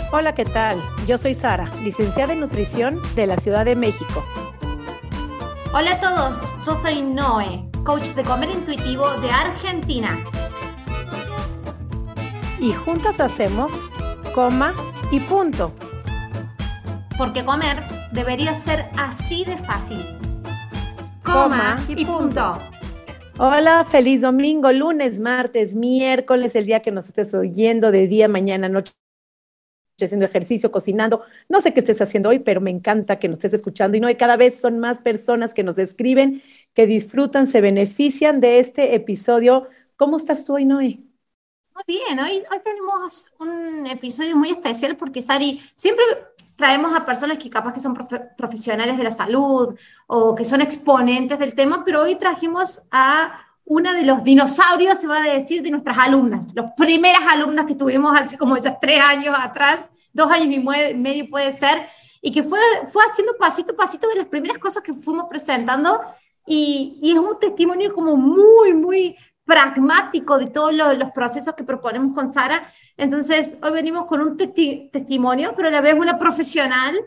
Hola, ¿qué tal? Yo soy Sara, licenciada en nutrición de la Ciudad de México. Hola a todos, yo soy Noé, coach de comer intuitivo de Argentina. Y juntas hacemos Coma y Punto. Porque comer debería ser así de fácil. Coma y punto. Hola, feliz domingo, lunes, martes, miércoles, el día que nos estés oyendo, de día, mañana, noche, haciendo ejercicio, cocinando. No sé qué estés haciendo hoy, pero me encanta que nos estés escuchando. Y no, cada vez son más personas que nos escriben, que disfrutan, se benefician de este episodio. ¿Cómo estás tú hoy, Noé? Muy bien, hoy tenemos un episodio muy especial porque, Sari, siempre traemos a personas que capaz que son profesionales de la salud o que son exponentes del tema, pero hoy trajimos a una de los dinosaurios, se va a decir, de nuestras alumnas, las primeras alumnas que tuvimos hace como ya 3 años atrás, 2 años y medio puede ser, y que fue haciendo pasito a pasito de las primeras cosas que fuimos presentando, y es un testimonio como muy pragmático de todos los procesos que proponemos con Sara. Entonces, hoy venimos con un testimonio, pero a la vez una profesional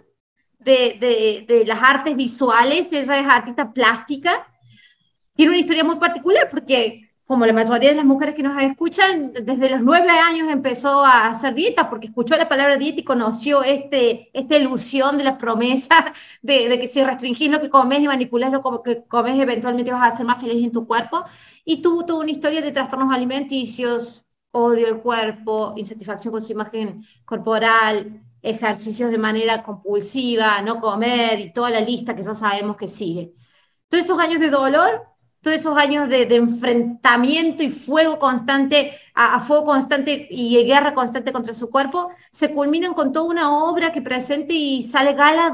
de las artes visuales. Ella es artista plástica. Tiene una historia muy particular porque, como la mayoría de las mujeres que nos escuchan, desde los 9 años empezó a hacer dieta porque escuchó la palabra dieta y conoció esta ilusión de la promesa de que si restringís lo que comes y manipulás lo que comes, eventualmente vas a ser más feliz en tu cuerpo. Y tuvo toda una historia de trastornos alimenticios, odio al cuerpo, insatisfacción con su imagen corporal, ejercicios de manera compulsiva, no comer y toda la lista que ya sabemos que sigue. Todos esos años de dolor, todos esos años de enfrentamiento y fuego constante, a fuego constante y guerra constante contra su cuerpo, se culminan con toda una obra que presenta y sale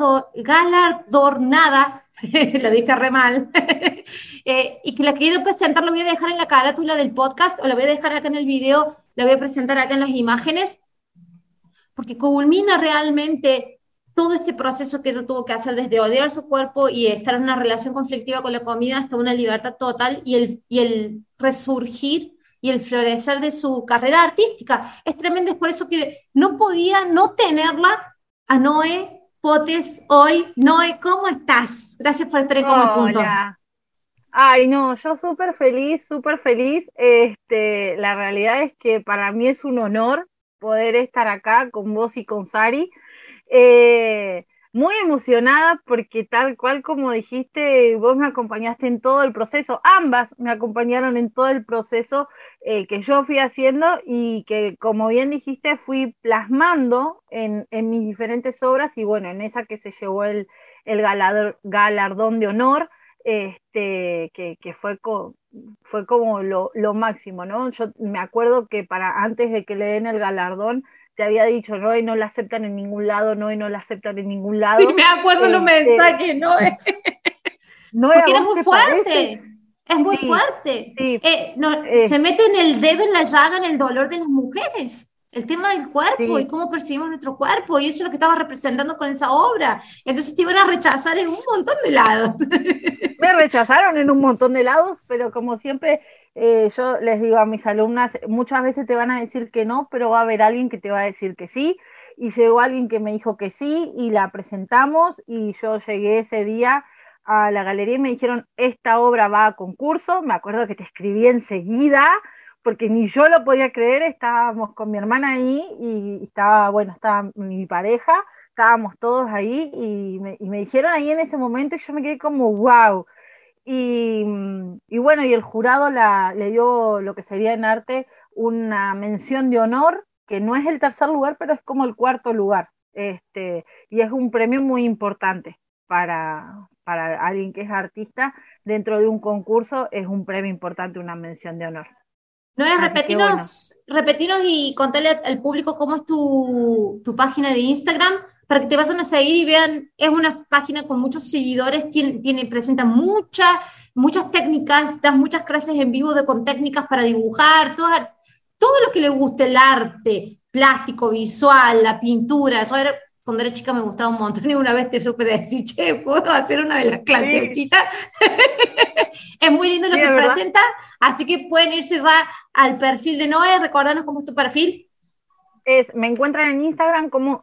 galardonada, la dije re mal, y que la quiero presentar, lo voy a dejar en la carátula del podcast o la voy a dejar acá en el video, la voy a presentar acá en las imágenes, porque culmina realmente todo este proceso que ella tuvo que hacer desde odiar su cuerpo y estar en una relación conflictiva con la comida hasta una libertad total y el resurgir y el florecer de su carrera artística. Es tremendo, es por eso que no podía no tenerla a Noé Potes hoy. Noé, ¿cómo estás? Gracias por estar en Come Punto. Hola. Ay, no, yo súper feliz, súper feliz. La realidad es que para mí es un honor poder estar acá con vos y con Sari. Muy emocionada porque tal cual como dijiste, vos me acompañaste en todo el proceso, ambas me acompañaron en todo el proceso que yo fui haciendo y que, como bien dijiste, fui plasmando en mis diferentes obras y bueno, en esa que se llevó el galardón de honor, que fue como lo máximo, ¿no? Yo me acuerdo que antes de que le den el galardón, te había dicho, no, y no la aceptan en ningún lado, no, y no la aceptan en ningún lado. Sí, me acuerdo los mensajes, Noé. No, Porque era ¿a vos muy te fuerte, parece? es muy Sí, fuerte. sí, Se mete en el dedo, en la llaga, en el dolor de las mujeres. El tema del cuerpo y sí. cómo percibimos nuestro cuerpo, y eso es lo que estaba representando con esa obra. Entonces te iban a rechazar en un montón de lados. Me rechazaron en un montón de lados, pero como siempre, yo les digo a mis alumnas, muchas veces te van a decir que no, pero va a haber alguien que te va a decir que sí. Y llegó alguien que me dijo que sí y la presentamos y yo llegué ese día a la galería y me dijeron, esta obra va a concurso. Me acuerdo que te escribí enseguida porque ni yo lo podía creer, estábamos con mi hermana ahí y estaba mi pareja, estábamos todos ahí y me dijeron ahí en ese momento y yo me quedé como, wow. Y bueno, y el jurado le dio lo que sería en arte una mención de honor, que no es el tercer lugar, pero es como el cuarto lugar. Y es un premio muy importante para alguien que es artista. Dentro de un concurso es un premio importante, una mención de honor. No es Así que bueno. repetinos y contale al público cómo es tu página de Instagram para que te vayan a seguir y vean. Es una página con muchos seguidores, presenta muchas técnicas, das muchas clases en vivo con técnicas para dibujar, todo lo que le guste, el arte plástico, visual, la pintura. Cuando era chica me gustaba un montón y una vez te supe decir, che, ¿puedo hacer una de las clasecitas? Sí. Es muy lindo lo que presenta, así que pueden irse ya al perfil de Noé. Recordanos cómo es tu perfil. Me encuentran en Instagram como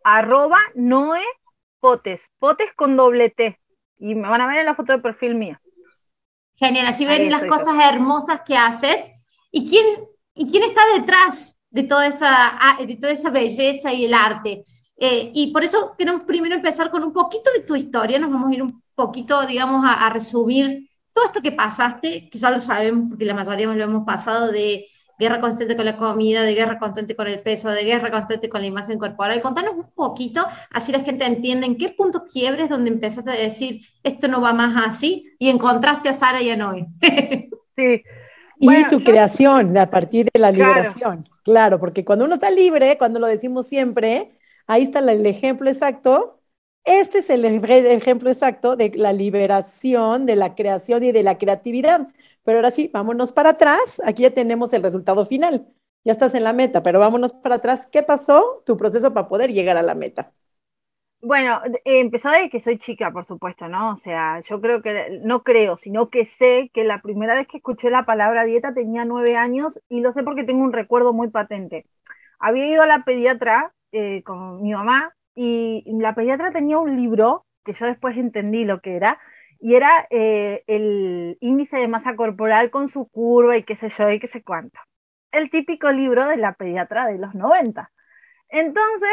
@noepotes, potes con doble T. Y me van a ver en la foto de perfil mía. Genial, así Ahí ven las estoy yo. cosas hermosas que haces. ¿Y quién está detrás de toda esa belleza y el arte? Y por eso queremos primero empezar con un poquito de tu historia. Nos vamos a ir un poquito, digamos, a resumir todo esto que pasaste, que ya lo sabemos porque la mayoría lo hemos pasado, de guerra constante con la comida, de guerra constante con el peso, de guerra constante con la imagen corporal. Contanos un poquito, así la gente entiende en qué puntos quiebres donde empezaste a decir, esto no va más así, y encontraste a Sara y a Noé. Sí. Y Bueno, su creación a partir de la claro, liberación, claro, porque cuando uno está libre, cuando lo decimos siempre, ahí está el ejemplo exacto. Este es el ejemplo exacto de la liberación, de la creación y de la creatividad. Pero ahora sí, vámonos para atrás. Aquí ya tenemos el resultado final. Ya estás en la meta, pero vámonos para atrás. ¿Qué pasó? Tu proceso para poder llegar a la meta. bueno, empezó de que soy chica, por supuesto, ¿no? O sea, yo creo que, no creo, sino que sé que la primera vez que escuché la palabra dieta tenía 9 años y lo sé porque tengo un recuerdo muy patente. Había ido a la pediatra con mi mamá y la pediatra tenía un libro que yo después entendí lo que era y era el índice de masa corporal con su curva y qué sé yo y qué sé cuánto. El típico libro de la pediatra de los 90. Entonces,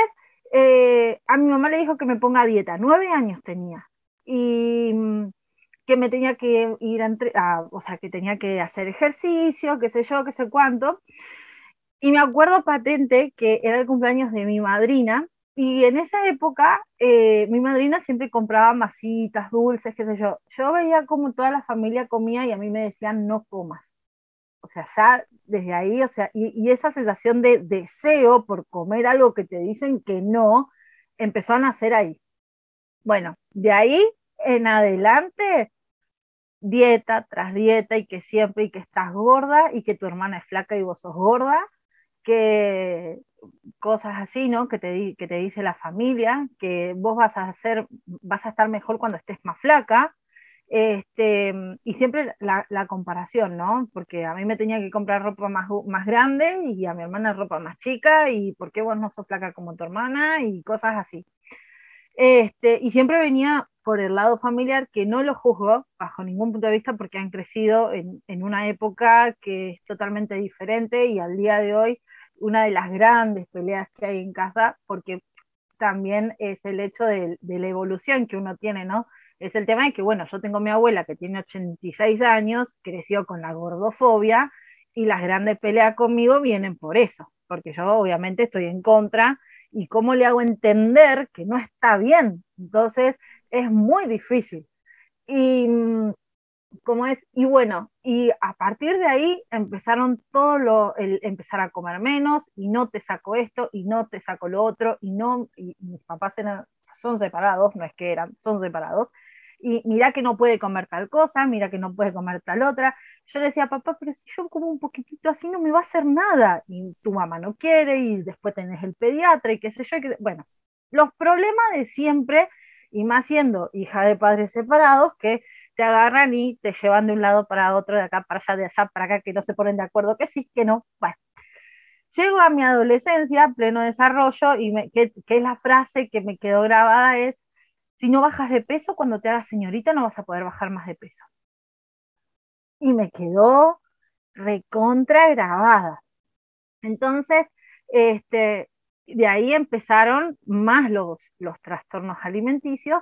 a mi mamá le dijo que me ponga a dieta. 9 años tenía. Y que me tenía que ir o sea, que tenía que hacer ejercicio, qué sé yo, qué sé cuánto. Y me acuerdo patente que era el cumpleaños de mi madrina. Y en esa época, mi madrina siempre compraba masitas, dulces, qué sé yo. Yo veía como toda la familia comía y a mí me decían no comas. O sea, ya desde ahí, o sea, y esa sensación de deseo por comer algo que te dicen que no, empezó a nacer ahí. Bueno, de ahí en adelante, dieta tras dieta y que siempre y que estás gorda y que tu hermana es flaca y vos sos gorda, que cosas así, ¿no? Que te dice la familia, que vos vas a estar mejor cuando estés más flaca, y siempre la comparación, ¿no? Porque a mí me tenía que comprar ropa más grande y a mi hermana ropa más chica y por qué vos no sos flaca como tu hermana y cosas así. Y siempre venía por el lado familiar, que no lo juzgo bajo ningún punto de vista porque han crecido en una época que es totalmente diferente y al día de hoy una de las grandes peleas que hay en casa, porque también es el hecho de la evolución que uno tiene, ¿no? Es el tema de que, bueno, yo tengo a mi abuela que tiene 86 años, creció con la gordofobia y las grandes peleas conmigo vienen por eso, porque yo obviamente estoy en contra y cómo le hago entender que no está bien. Entonces es muy difícil. Y como es, y bueno, y a partir de ahí empezaron el empezar a comer menos, y no te saco esto, y no te saco lo otro, y mis papás son separados, no es que eran, son separados, y mira que no puede comer tal cosa, mira que no puede comer tal otra. Yo le decía, papá, pero si yo como un poquitito así no me va a hacer nada, y tu mamá no quiere, y después tenés el pediatra, y qué sé yo, bueno, los problemas de siempre, y más siendo hija de padres separados, que te agarran y te llevan de un lado para otro, de acá para allá, de allá para acá, que no se ponen de acuerdo, que sí, que no. Bueno, llego a mi adolescencia, pleno desarrollo, y que es la frase que me quedó grabada es, si no bajas de peso, cuando te hagas señorita no vas a poder bajar más de peso. Y me quedó recontra grabada. Entonces, de ahí empezaron más los trastornos alimenticios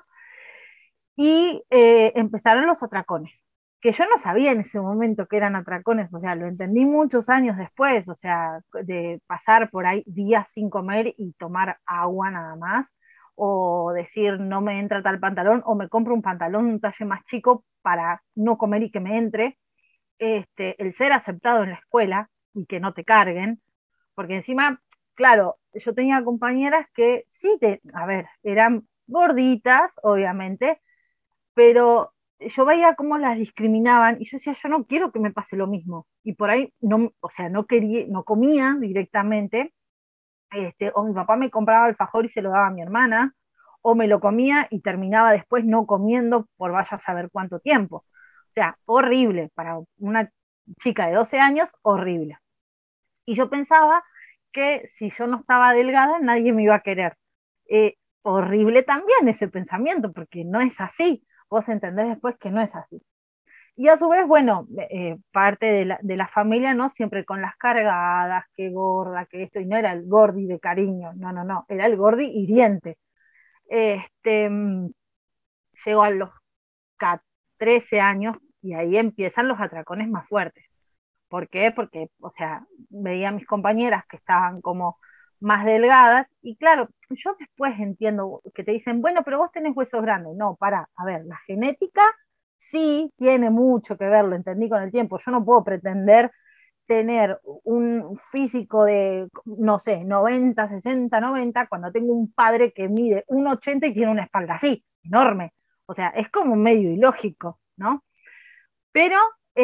y empezaron los atracones, que yo no sabía en ese momento que eran atracones, o sea, lo entendí muchos años después, o sea, de pasar por ahí días sin comer y tomar agua nada más, o decir no me entra tal pantalón, o me compro un pantalón un talle más chico para no comer y que me entre, el ser aceptado en la escuela y que no te carguen, porque encima, claro, yo tenía compañeras que sí, a ver, eran gorditas, obviamente, pero yo veía cómo las discriminaban y yo decía, yo no quiero que me pase lo mismo. Y por ahí, no, o sea, no quería, no comía directamente, o mi papá me compraba alfajor y se lo daba a mi hermana, o me lo comía y terminaba después no comiendo por vaya a saber cuánto tiempo. O sea, horrible, para una chica de 12 años, horrible. Y yo pensaba porque si yo no estaba delgada nadie me iba a querer. Horrible también ese pensamiento, porque no es así. Vos entendés después que no es así. Y a su vez, bueno, parte de la familia, ¿no? Siempre con las cargadas, que gorda, que esto, y no era el gordi de cariño, no, era el gordi hiriente. Este, Llego a los 13 años y ahí empiezan los atracones más fuertes. ¿Por qué? Porque, o sea, veía a mis compañeras que estaban como más delgadas y claro, yo después entiendo que te dicen, bueno, pero vos tenés huesos grandes. No, para, a ver, la genética sí tiene mucho que ver, lo entendí con el tiempo. Yo no puedo pretender tener un físico de, no sé, 90, 60, 90, cuando tengo un padre que mide 1,80 y tiene una espalda así, enorme. O sea, es como medio ilógico, ¿no? Pero,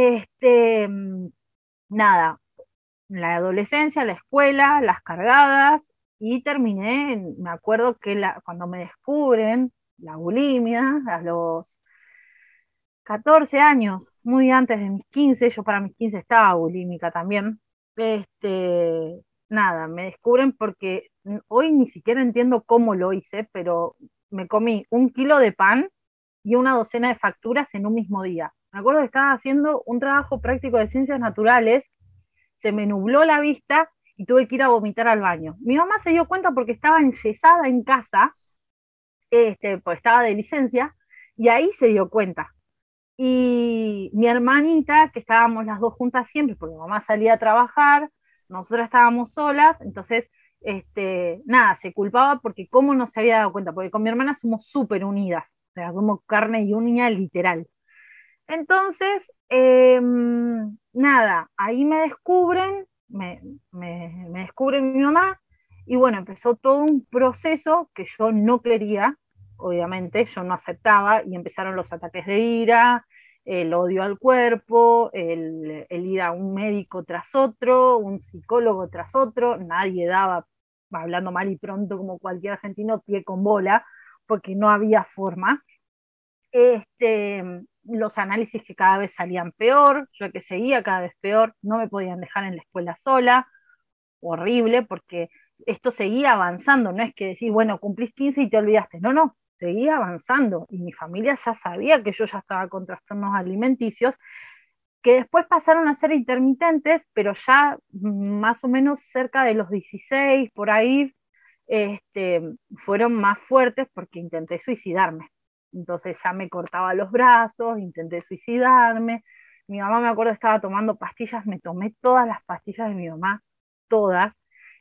nada, la adolescencia, la escuela, las cargadas, y terminé, me acuerdo que cuando me descubren la bulimia, a los 14 años, muy antes de mis 15, yo para mis 15 estaba bulímica también, nada, me descubren porque hoy ni siquiera entiendo cómo lo hice, pero me comí 1 kilo de pan y una docena de facturas en un mismo día. Me acuerdo que estaba haciendo un trabajo práctico de ciencias naturales, se me nubló la vista y tuve que ir a vomitar al baño. Mi mamá se dio cuenta porque estaba enyesada en casa, pues estaba de licencia, y ahí se dio cuenta. Y mi hermanita, que estábamos las dos juntas siempre, porque mamá salía a trabajar, nosotras estábamos solas, entonces, nada, se culpaba porque cómo no se había dado cuenta, porque con mi hermana somos súper unidas, o sea, como carne y uña literal. Entonces, nada, ahí me descubren, me descubren mi mamá, y bueno, empezó todo un proceso que yo no quería, obviamente, yo no aceptaba, y empezaron los ataques de ira, el odio al cuerpo, el ir a un médico tras otro, un psicólogo tras otro, nadie daba, hablando mal y pronto como cualquier argentino, pie con bola, porque no había forma. Los análisis que cada vez salían peor, yo que seguía cada vez peor, no me podían dejar en la escuela sola, horrible, porque esto seguía avanzando, no es que decís, bueno, cumplís 15 y te olvidaste, no, seguía avanzando, y mi familia ya sabía que yo ya estaba con trastornos alimenticios, que después pasaron a ser intermitentes, pero ya más o menos cerca de los 16, por ahí, fueron más fuertes porque intenté suicidarme. Entonces ya me cortaba los brazos, intenté suicidarme. Mi mamá, me acuerdo, estaba tomando pastillas, me tomé todas las pastillas de mi mamá, todas,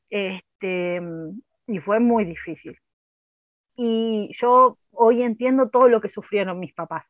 y fue muy difícil. Y yo hoy entiendo todo lo que sufrieron mis papás.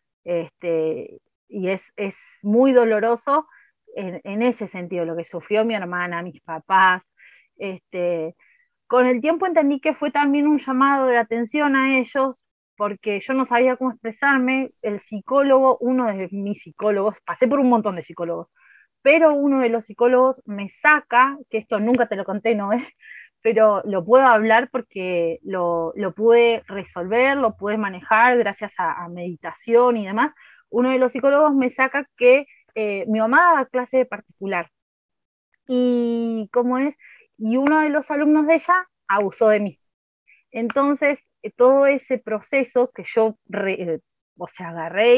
Y es muy doloroso en ese sentido, lo que sufrió mi hermana, mis papás. Con el tiempo entendí que fue también un llamado de atención a ellos, porque yo no sabía cómo expresarme. El psicólogo, uno de mis psicólogos, pasé por un montón de psicólogos, pero uno de los psicólogos me saca, que esto nunca te lo conté, ¿no? Pero lo puedo hablar porque lo pude resolver, lo pude manejar gracias a meditación y demás. Uno de los psicólogos me saca que mi mamá daba clase de particular, y cómo es, y uno de los alumnos de ella abusó de mí. Entonces, todo ese proceso que yo, o sea, agarré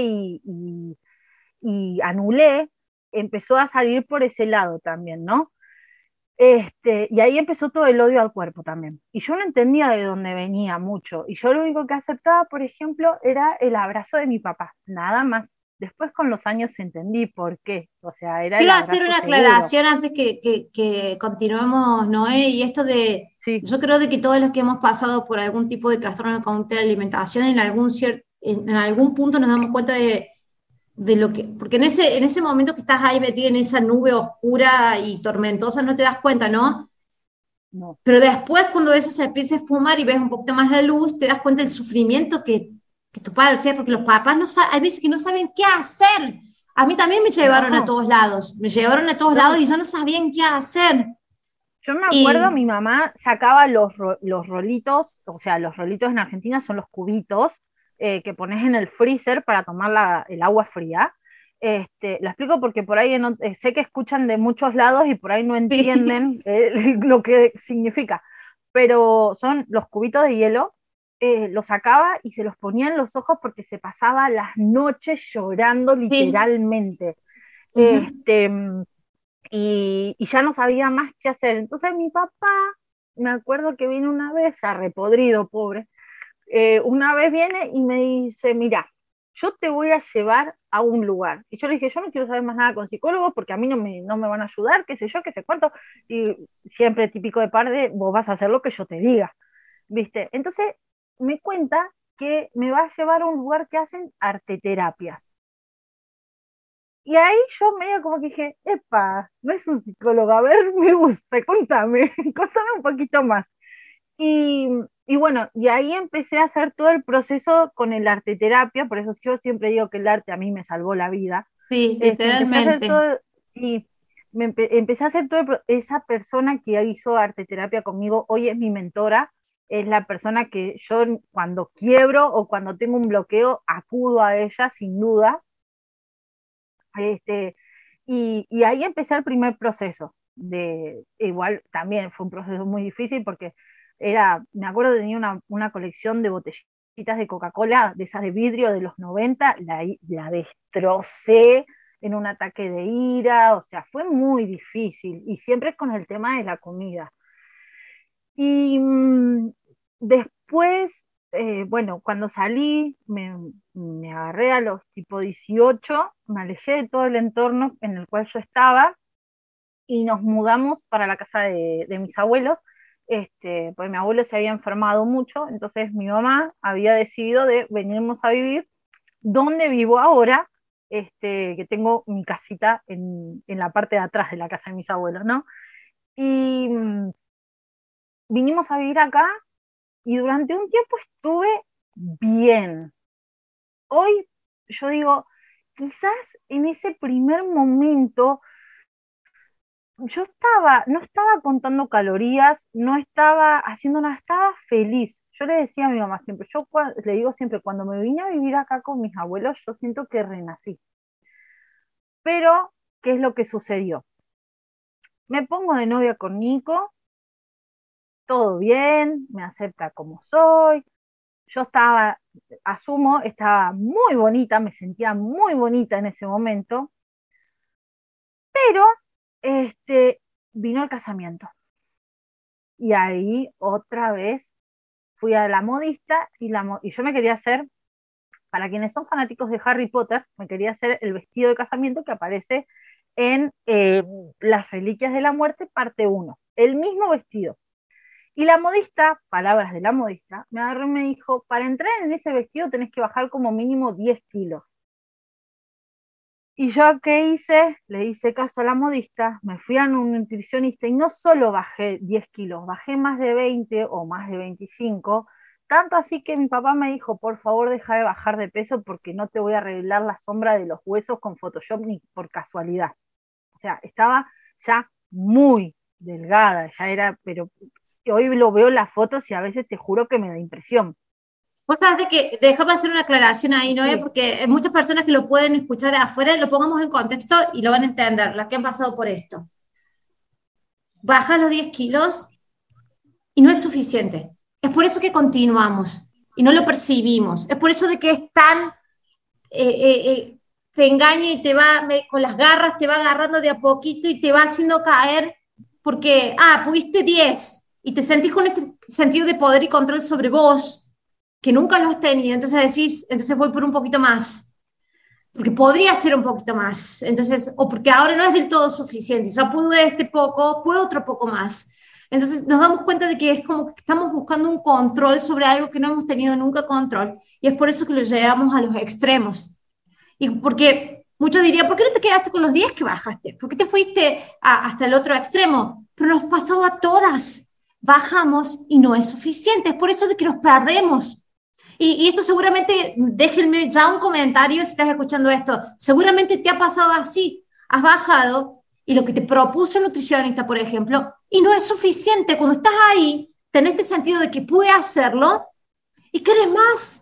y anulé, empezó a salir por ese lado también, ¿no? Y ahí empezó todo el odio al cuerpo también. Y yo no entendía de dónde venía mucho. Y yo lo único que aceptaba, por ejemplo, era el abrazo de mi papá, nada más. Después con los años entendí por qué. O sea, era el Quiero abrazo hacer una seguro. aclaración antes que continuemos, Noé, y esto de, Sí. yo creo de que todos los que hemos pasado por algún tipo de trastorno de conducta de alimentación, en algún punto nos damos cuenta de lo que, porque en ese momento que estás ahí metida en esa nube oscura y tormentosa no te das cuenta, ¿no? No. Pero después cuando eso se empieza a fumar y ves un poquito más de luz, te das cuenta del sufrimiento que tu padre hacía, porque los papás hay veces que no saben qué hacer. A mí también me llevaron a todos lados, y yo no sabían qué hacer. Yo me acuerdo, mi mamá sacaba los rolitos, o sea, los rolitos en Argentina son los cubitos que pones en el freezer para tomar el agua fría. Lo explico porque por ahí sé que escuchan de muchos lados y por ahí no entienden lo que significa, pero son los cubitos de hielo, los sacaba y se los ponía en los ojos porque se pasaba las noches llorando literalmente. Uh-huh. Y ya no sabía más qué hacer. Entonces mi papá, me acuerdo que vino una vez, ya repodrido, pobre, una vez viene y me dice, mira, yo te voy a llevar a un lugar. Y yo le dije, yo no quiero saber más nada con psicólogos porque a mí no me van a ayudar, qué sé yo, qué sé cuánto. Y siempre típico de padre, vos vas a hacer lo que yo te diga, ¿viste? Entonces me cuenta que me va a llevar a un lugar que hacen arteterapia. Y ahí yo medio como que dije, epa, no es un psicólogo, a ver, me gusta, contame un poquito más. Y bueno, y ahí empecé a hacer todo el proceso con el arteterapia, por eso yo siempre digo que el arte a mí me salvó la vida. Sí, literalmente. Empecé a hacer esa persona que hizo arteterapia conmigo, hoy es mi mentora, es la persona que yo cuando quiebro o cuando tengo un bloqueo acudo a ella sin duda. Y ahí empecé el primer proceso. Igual también fue un proceso muy difícil porque me acuerdo que tenía una colección de botellitas de Coca-Cola, de esas de vidrio de los 90, la destrocé en un ataque de ira, o sea, fue muy difícil, y siempre con el tema de la comida. Y después, bueno, cuando salí, me agarré a los tipo 18, me alejé de todo el entorno en el cual yo estaba, y nos mudamos para la casa de mis abuelos, pues mi abuelo se había enfermado mucho, entonces mi mamá había decidido de venirnos a vivir donde vivo ahora, que tengo mi casita en la parte de atrás de la casa de mis abuelos, ¿no? Y vinimos a vivir acá y durante un tiempo estuve bien. Hoy yo digo, quizás en ese primer momento yo no estaba contando calorías, no estaba haciendo nada, estaba feliz. Yo le decía a mi mamá siempre, le digo siempre, cuando me vine a vivir acá con mis abuelos, yo siento que renací. Pero, ¿qué es lo que sucedió? Me pongo de novia con Nico, todo bien, me acepta como soy. Yo estaba muy bonita, me sentía muy bonita en ese momento, pero vino el casamiento. Y ahí otra vez fui a la modista y yo me quería hacer, para quienes son fanáticos de Harry Potter, me quería hacer el vestido de casamiento que aparece en Las Reliquias de la Muerte, parte 1. El mismo vestido. Y la modista, palabras de la modista, me agarró y me dijo, para entrar en ese vestido tenés que bajar como mínimo 10 kilos. Y yo, ¿qué hice? Le hice caso a la modista, me fui a un nutricionista y no solo bajé 10 kilos, bajé más de 20 o más de 25, tanto así que mi papá me dijo, por favor deja de bajar de peso porque no te voy a arreglar la sombra de los huesos con Photoshop ni por casualidad. O sea, estaba ya muy delgada, ya era, pero hoy lo veo en las fotos y a veces te juro que me da impresión. Vos sabés que, déjame hacer una aclaración ahí, ¿no? Sí. Porque hay muchas personas que lo pueden escuchar de afuera, lo pongamos en contexto y lo van a entender, las que han pasado por esto. Baja los 10 kilos y no es suficiente. Es por eso que continuamos y no lo percibimos. Es por eso de que es tan... te engaña y te va, con las garras, te va agarrando de a poquito y te va haciendo caer porque, pudiste 10 y te sentís con este sentido de poder y control sobre vos que nunca lo has tenido, entonces decís, entonces voy por un poquito más, porque podría ser un poquito más, entonces, o porque ahora no es del todo suficiente, ya pude este poco, puedo otro poco más. Entonces nos damos cuenta de que es como que estamos buscando un control sobre algo que no hemos tenido nunca control, y es por eso que lo llevamos a los extremos. Y porque muchos dirían, ¿por qué no te quedaste con los 10 que bajaste? ¿Por qué te fuiste hasta el otro extremo? Pero nos pasó a todas. Bajamos y no es suficiente, es por eso de que nos perdemos. Y esto seguramente, déjenme ya un comentario si estás escuchando esto, seguramente te ha pasado así, has bajado y lo que te propuso el nutricionista, por ejemplo, y no es suficiente. Cuando estás ahí, tenés este sentido de que pude hacerlo y querés más.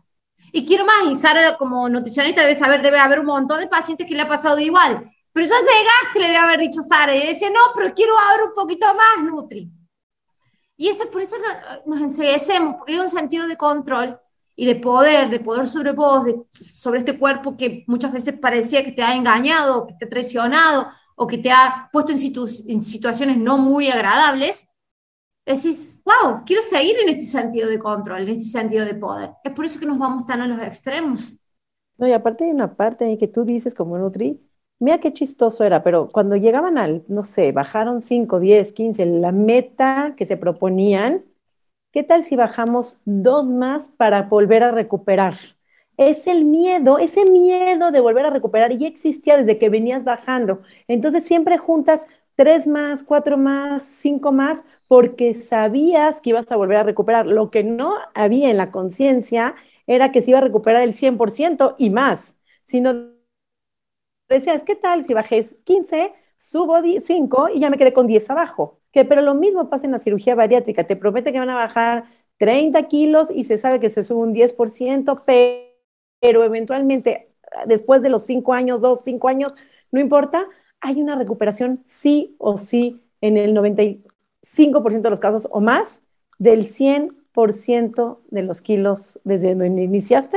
Y quiero más, y Sara como nutricionista debe haber un montón de pacientes que le ha pasado igual. Pero ya llegaste, le debe haber dicho Sara, y decía, no, pero quiero ahora un poquito más, Nutri. Y eso, por eso nos enseguecemos, porque hay un sentido de control y de poder sobre vos, sobre este cuerpo que muchas veces parecía que te ha engañado, o que te ha traicionado, o que te ha puesto en situaciones no muy agradables. Decís, wow, quiero seguir en este sentido de control, en este sentido de poder. Es por eso que nos vamos tan a los extremos. No, y aparte hay una parte ahí que tú dices como Nutri, mira qué chistoso era, pero cuando llegaban al, no sé, bajaron 5, 10, 15, la meta que se proponían, ¿qué tal si bajamos 2 más para volver a recuperar? Es el miedo, ese miedo de volver a recuperar, y ya existía desde que venías bajando. Entonces siempre juntas 3 más, 4 más, 5 más, porque sabías que ibas a volver a recuperar. Lo que no había en la conciencia era que se iba a recuperar el 100% y más, sino decías, ¿qué tal si bajé 15, subo 5 y ya me quedé con 10 abajo? Pero lo mismo pasa en la cirugía bariátrica, te promete que van a bajar 30 kilos y se sabe que se sube un 10%, pero eventualmente, después de los 5 años, 2, 5 años, no importa, hay una recuperación sí o sí en el 95% de los casos o más del 100% de los kilos desde donde iniciaste,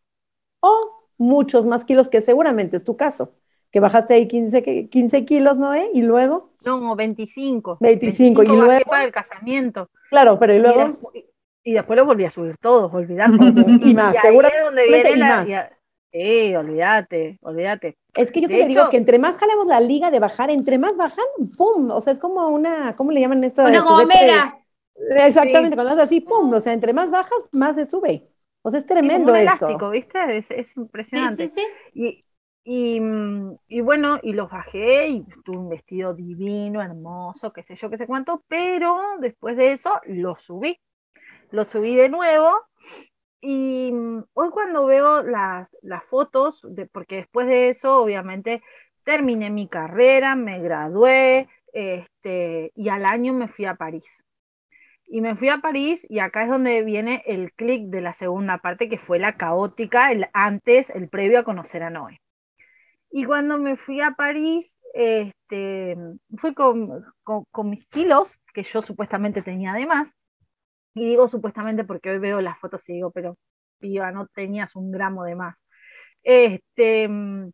o muchos más kilos, que seguramente es tu caso, que bajaste ahí 15 kilos, ¿no? Y luego No, 25. 25 y bajé luego, para el casamiento. claro, pero y Y, luego y después lo volví a subir todos, olvidate. y más, Y ahí seguramente es donde viene y más. Sí, olvídate. Es que yo De siempre digo hecho, que entre más jalemos la liga de bajar, entre más bajan, ¡pum! O sea, es como una, ¿cómo le llaman esto de Una juguete? gomera. Exactamente, sí, cuando haces así, ¡pum! O sea, entre más bajas, más se sube. O sea, es sí, como tremendo un eso. elástico, ¿viste? Es Sí, sí, impresionante. sí. Y, y bueno, y los bajé y tuve un vestido divino, hermoso, qué sé yo, qué sé cuánto, pero después de eso lo subí de nuevo. Y hoy cuando veo las fotos, porque después de eso, obviamente, terminé mi carrera, me gradué, y al año me fui a París. Y me fui a París y acá es donde viene el clic de la segunda parte, que fue la caótica, el previo a conocer a Noé. Y cuando me fui a París, fui con mis kilos, que yo supuestamente tenía de más, y digo supuestamente porque hoy veo las fotos y digo, pero piba, no tenías un gramo de más. Este,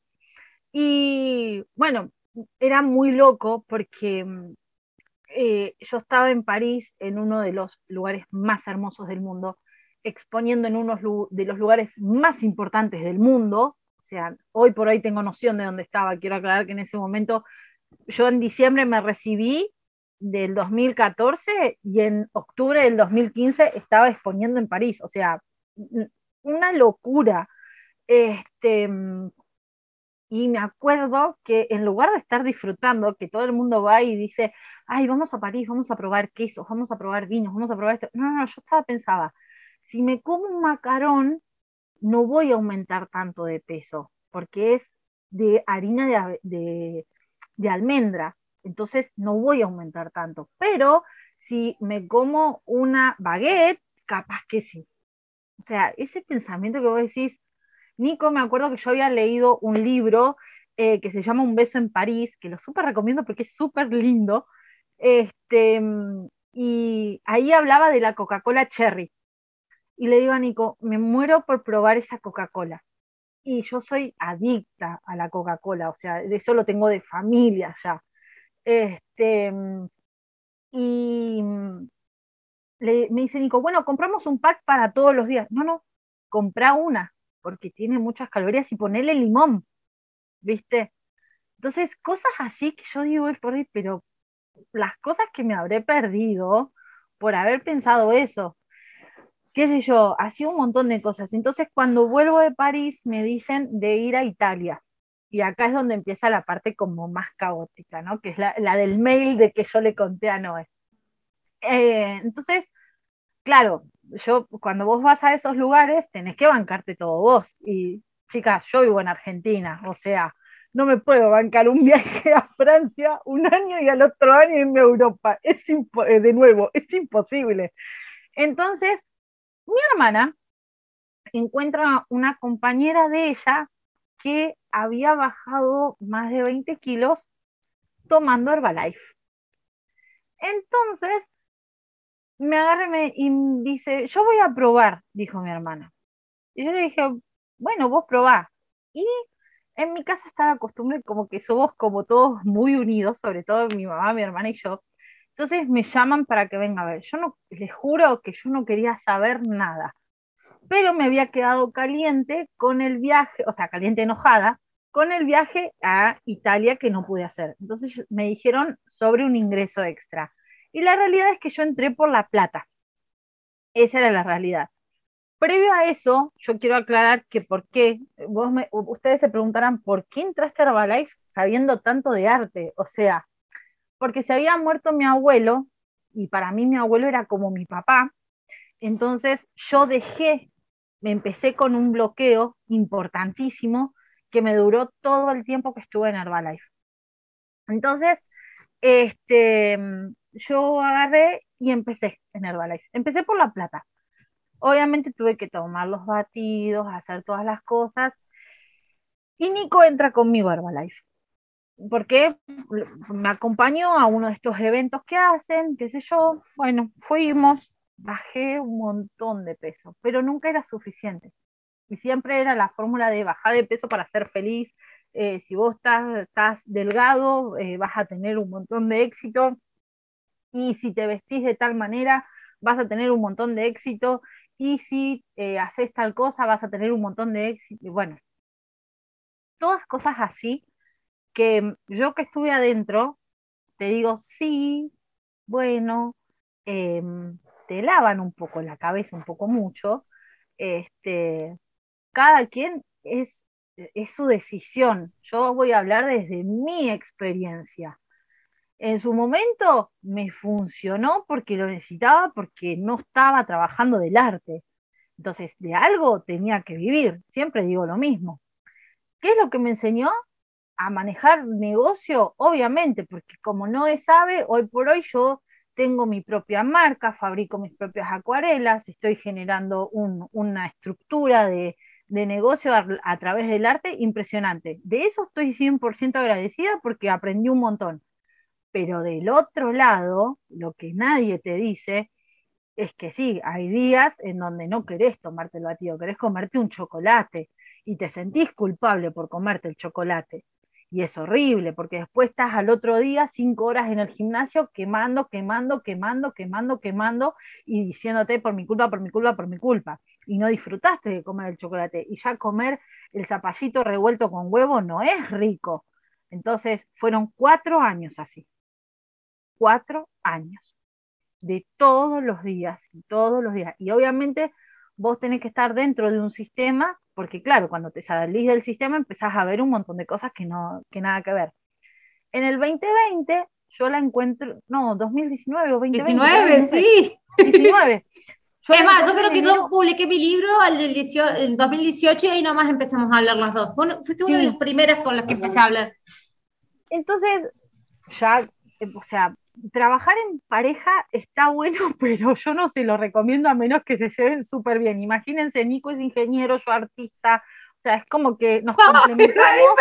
y bueno, era muy loco porque yo estaba en París, en uno de los lugares más hermosos del mundo, exponiendo en uno de los lugares más importantes del mundo. O sea, hoy por hoy tengo noción de dónde estaba. Quiero aclarar que en ese momento yo en diciembre me recibí del 2014 y en octubre del 2015 estaba exponiendo en París. O sea, una locura. Este, y me acuerdo que en lugar de estar disfrutando, que todo el mundo va y dice, ay, vamos a París, vamos a probar quesos, vamos a probar vinos, vamos a probar esto. No, no, yo pensaba, si me como un macarón, no voy a aumentar tanto de peso, porque es de harina de almendra, entonces no voy a aumentar tanto. Pero si me como una baguette, capaz que sí. O sea, ese pensamiento que vos decís, Nico, me acuerdo que yo había leído un libro que se llama Un beso en París, que lo súper recomiendo porque es súper lindo. Este, y ahí hablaba de la Coca-Cola Cherry. Y le digo a Nico, me muero por probar esa Coca-Cola. Y yo soy adicta a la Coca-Cola, o sea, de eso lo tengo de familia ya. Este, y me dice Nico, bueno, compramos un pack para todos los días. No, no, comprá una, porque tiene muchas calorías y ponele limón, ¿viste? Entonces, cosas así que yo digo, por ahí, pero las cosas que me habré perdido por haber pensado eso, qué sé yo, hacía un montón de cosas. Entonces, cuando vuelvo de París, me dicen de ir a Italia. Y acá es donde empieza la parte como más caótica, ¿no? Que es la del mail de que yo le conté a Noé. Entonces, claro, yo cuando vos vas a esos lugares tenés que bancarte todo vos. Y chicas, yo vivo en Argentina, o sea, no me puedo bancar un viaje a Francia un año y al otro año irme a Europa. De nuevo, es imposible. Entonces, mi hermana encuentra una compañera de ella que había bajado más de 20 kilos tomando Herbalife. Entonces me agarra y me dice, yo voy a probar, dijo mi hermana. Y yo le dije, bueno, vos probá. Y en mi casa está la costumbre como que somos como todos muy unidos, sobre todo mi mamá, mi hermana y yo. Entonces me llaman para que venga a ver. Yo no, les juro que yo no quería saber nada, pero me había quedado caliente con el viaje, o sea, caliente enojada, con el viaje a Italia que no pude hacer. Entonces me dijeron sobre un ingreso extra. Y la realidad es que yo entré por la plata. Esa era la realidad. Previo a eso, yo quiero aclarar que por qué, ustedes se preguntarán, ¿por qué entraste a Herbalife sabiendo tanto de arte? O sea, porque se había muerto mi abuelo, y para mí mi abuelo era como mi papá, entonces yo me empecé con un bloqueo importantísimo que me duró todo el tiempo que estuve en Herbalife. Entonces, yo agarré y empecé en Herbalife. Empecé por la plata. Obviamente tuve que tomar los batidos, hacer todas las cosas. Y Nico entra conmigo a Herbalife. Porque me acompañó a uno de estos eventos que hacen, qué sé yo. Bueno, fuimos, bajé un montón de peso, pero nunca era suficiente. Y siempre era la fórmula de bajar de peso para ser feliz. Si vos estás delgado, vas a tener un montón de éxito. Y si te vestís de tal manera, vas a tener un montón de éxito. Y si haces tal cosa, vas a tener un montón de éxito. Y bueno, todas cosas así que yo que estuve adentro, te digo, sí, bueno, te lavan un poco la cabeza, un poco mucho. Este, cada quien es su decisión. Yo voy a hablar desde mi experiencia. En su momento me funcionó porque lo necesitaba, porque no estaba trabajando del arte. Entonces, de algo tenía que vivir. Siempre digo lo mismo. ¿Qué es lo que me enseñó? A manejar negocio, obviamente, porque como no sabe, hoy por hoy yo tengo mi propia marca, fabrico mis propias acuarelas, estoy generando una estructura de negocio a través del arte impresionante. De eso estoy 100% agradecida porque aprendí un montón. Pero del otro lado, lo que nadie te dice es que sí, hay días en donde no querés tomarte el batido, querés comerte un chocolate y te sentís culpable por comerte el chocolate. Y es horrible, porque después estás al otro día 5 horas en el gimnasio quemando, quemando, quemando, quemando, quemando y diciéndote por mi culpa, por mi culpa, por mi culpa. Y no disfrutaste de comer el chocolate. Y ya comer el zapallito revuelto con huevo no es rico. Entonces fueron 4 años así. 4 años de todos los días. Y obviamente vos tenés que estar dentro de un sistema, porque claro, cuando te salís del sistema empezás a ver un montón de cosas que nada que ver. En el 2020 yo la encuentro, no, 2019 o 2020. 19, no sé, sí. 19. Es más, yo creo que yo publiqué mi libro en 2018 y ahí nomás empezamos a hablar las dos. Fuiste una de las primeras con las que empecé a hablar. Entonces, ya, o sea, trabajar en pareja está bueno, pero yo no se lo recomiendo a menos que se lleven súper bien. Imagínense, Nico es ingeniero, yo artista, o sea, es como que nos complementamos.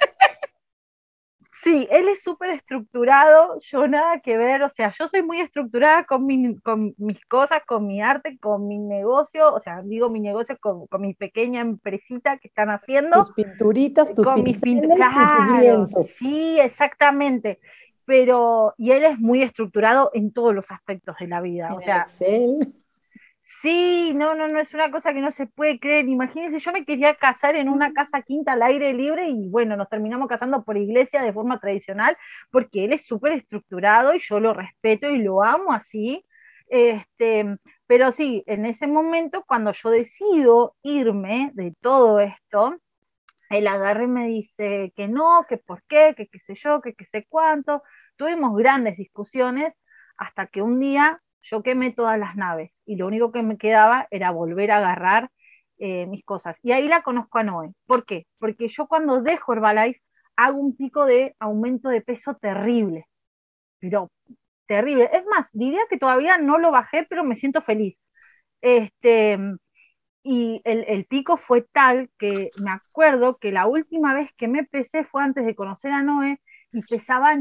Sí, él es súper estructurado, yo nada que ver, o sea, yo soy muy estructurada con mis cosas, con mi arte, con mi negocio, o sea, digo mi negocio con mi pequeña empresita que están haciendo. Tus pinturitas, tus con pinceles claro, y tus lienzos. sí, exactamente, pero, y él es muy estructurado en todos los aspectos de la vida, o sea, Excel. sí, no, es una cosa que no se puede creer. Imagínense, yo me quería casar en una casa quinta al aire libre y bueno, nos terminamos casando por iglesia de forma tradicional porque él es súper estructurado y yo lo respeto y lo amo así. Pero sí, en ese momento, cuando yo decido irme de todo esto, él agarra y me dice que no, que por qué, que qué sé yo, que qué sé cuánto. Tuvimos grandes discusiones hasta que un día yo quemé todas las naves y lo único que me quedaba era volver a agarrar mis cosas. Y ahí la conozco a Noé. ¿Por qué? Porque yo cuando dejo Herbalife hago un pico de aumento de peso terrible, pero terrible. Es más, diría que todavía no lo bajé, pero me siento feliz. Este, Y el pico fue tal que me acuerdo que la última vez que me pesé fue antes de conocer a Noé y pesaba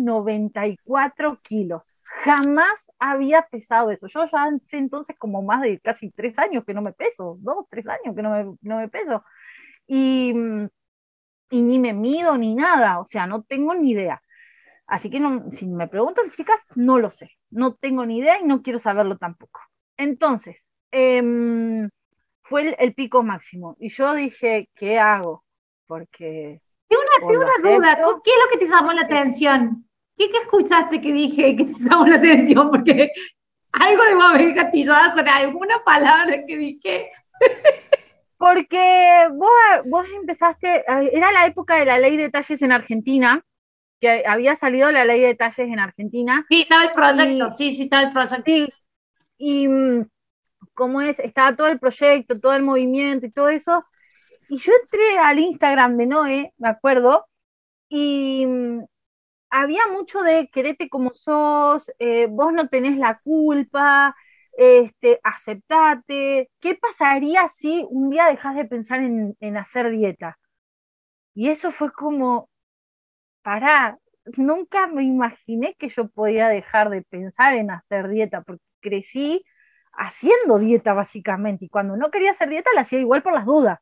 94 kilos. Jamás había pesado eso. Yo ya hace entonces como más de casi 3 años que no me peso, 2, 3 años que no me peso. Y, y ni me mido ni nada, o sea, no tengo ni idea. Así que no, si me preguntan, chicas, no lo sé. No tengo ni idea y no quiero saberlo tampoco. Entonces, fue el pico máximo. Y yo dije, ¿qué hago? Porque Tengo una duda, ¿qué es lo que te llamó la atención? ¿Qué escuchaste que dije que te llamó la atención? Porque algo de haber gatillado con alguna palabra que dije. Porque vos empezaste, era la época de la ley de talles en Argentina, que había salido la ley de talles en Argentina. Sí, estaba el proyecto, sí, estaba el proyecto. Sí, y cómo es, estaba todo el proyecto, todo el movimiento y todo eso. Y yo entré al Instagram de Noé, me acuerdo, y había mucho de querete como sos, vos no tenés la culpa, aceptate. ¿Qué pasaría si un día dejás de pensar en hacer dieta? Y eso fue como, pará, nunca me imaginé que yo podía dejar de pensar en hacer dieta, porque crecí haciendo dieta básicamente, y cuando no quería hacer dieta la hacía igual por las dudas.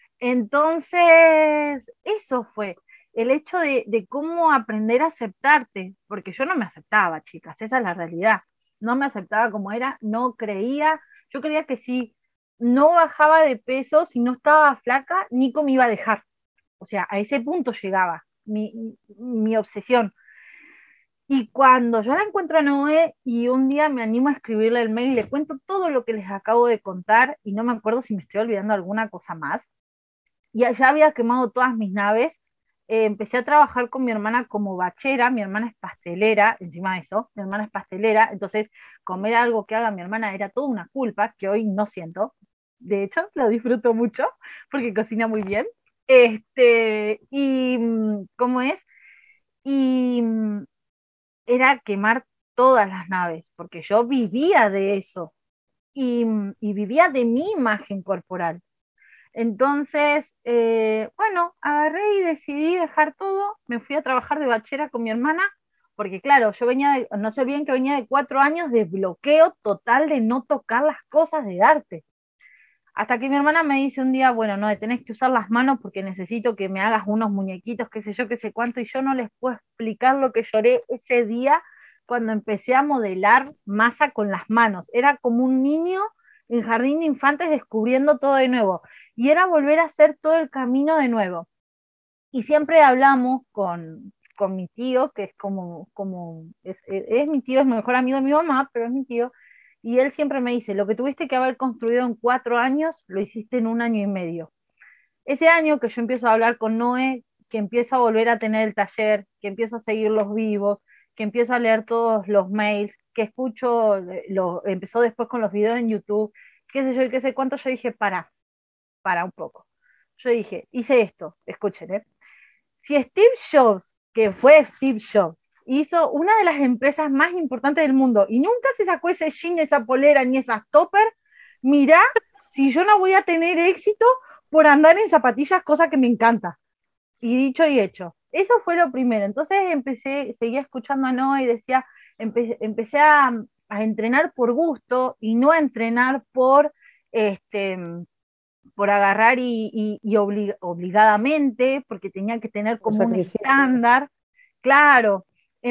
Entonces, eso fue el hecho de cómo aprender a aceptarte, porque yo no me aceptaba, chicas, esa es la realidad. No me aceptaba como era, no creía, yo creía que si no bajaba de peso, si no estaba flaca, Nico me iba a dejar. O sea, a ese punto llegaba mi obsesión. Y cuando yo la encuentro a Noé y un día me animo a escribirle el mail, le cuento todo lo que les acabo de contar y no me acuerdo si me estoy olvidando alguna cosa más. Y ya había quemado todas mis naves. Empecé a trabajar con mi hermana como bachera, mi hermana es pastelera, encima de eso, mi hermana es pastelera, entonces comer algo que haga mi hermana era toda una culpa que hoy no siento. De hecho, lo disfruto mucho porque cocina muy bien. Y ¿cómo es? Y era quemar todas las naves, porque yo vivía de eso y vivía de mi imagen corporal. Entonces, bueno, agarré y decidí dejar todo, me fui a trabajar de bachera con mi hermana, porque claro, yo no se olviden que venía de 4 años de bloqueo total de no tocar las cosas de arte. Hasta que mi hermana me dice un día, bueno, no, tenés que usar las manos porque necesito que me hagas unos muñequitos, qué sé yo, qué sé cuánto, y yo no les puedo explicar lo que lloré ese día cuando empecé a modelar masa con las manos. Era como un niño en jardín de infantes descubriendo todo de nuevo. Y era volver a hacer todo el camino de nuevo. Y siempre hablamos con mi tío, que es es mi tío, es mi mejor amigo de mi mamá, pero es mi tío, y él siempre me dice, lo que tuviste que haber construido en 4 años, lo hiciste en 1 año y medio. Ese año que yo empiezo a hablar con Noé, que empiezo a volver a tener el taller, que empiezo a seguir los vivos, que empiezo a leer todos los mails, que escucho, empezó después con los videos en YouTube, qué sé yo, y qué sé cuánto, yo dije, para un poco. Yo dije, hice esto, escuchen, si Steve Jobs, que fue Steve Jobs, hizo una de las empresas más importantes del mundo y nunca se sacó ese jean, esa polera ni esas topper, mirá si yo no voy a tener éxito por andar en zapatillas, cosa que me encanta. Y dicho y hecho. Eso fue lo primero. Entonces seguía escuchando a Noah y decía, empecé a entrenar por gusto y no a entrenar por agarrar y obligadamente, porque tenía que tener como un estándar. Claro,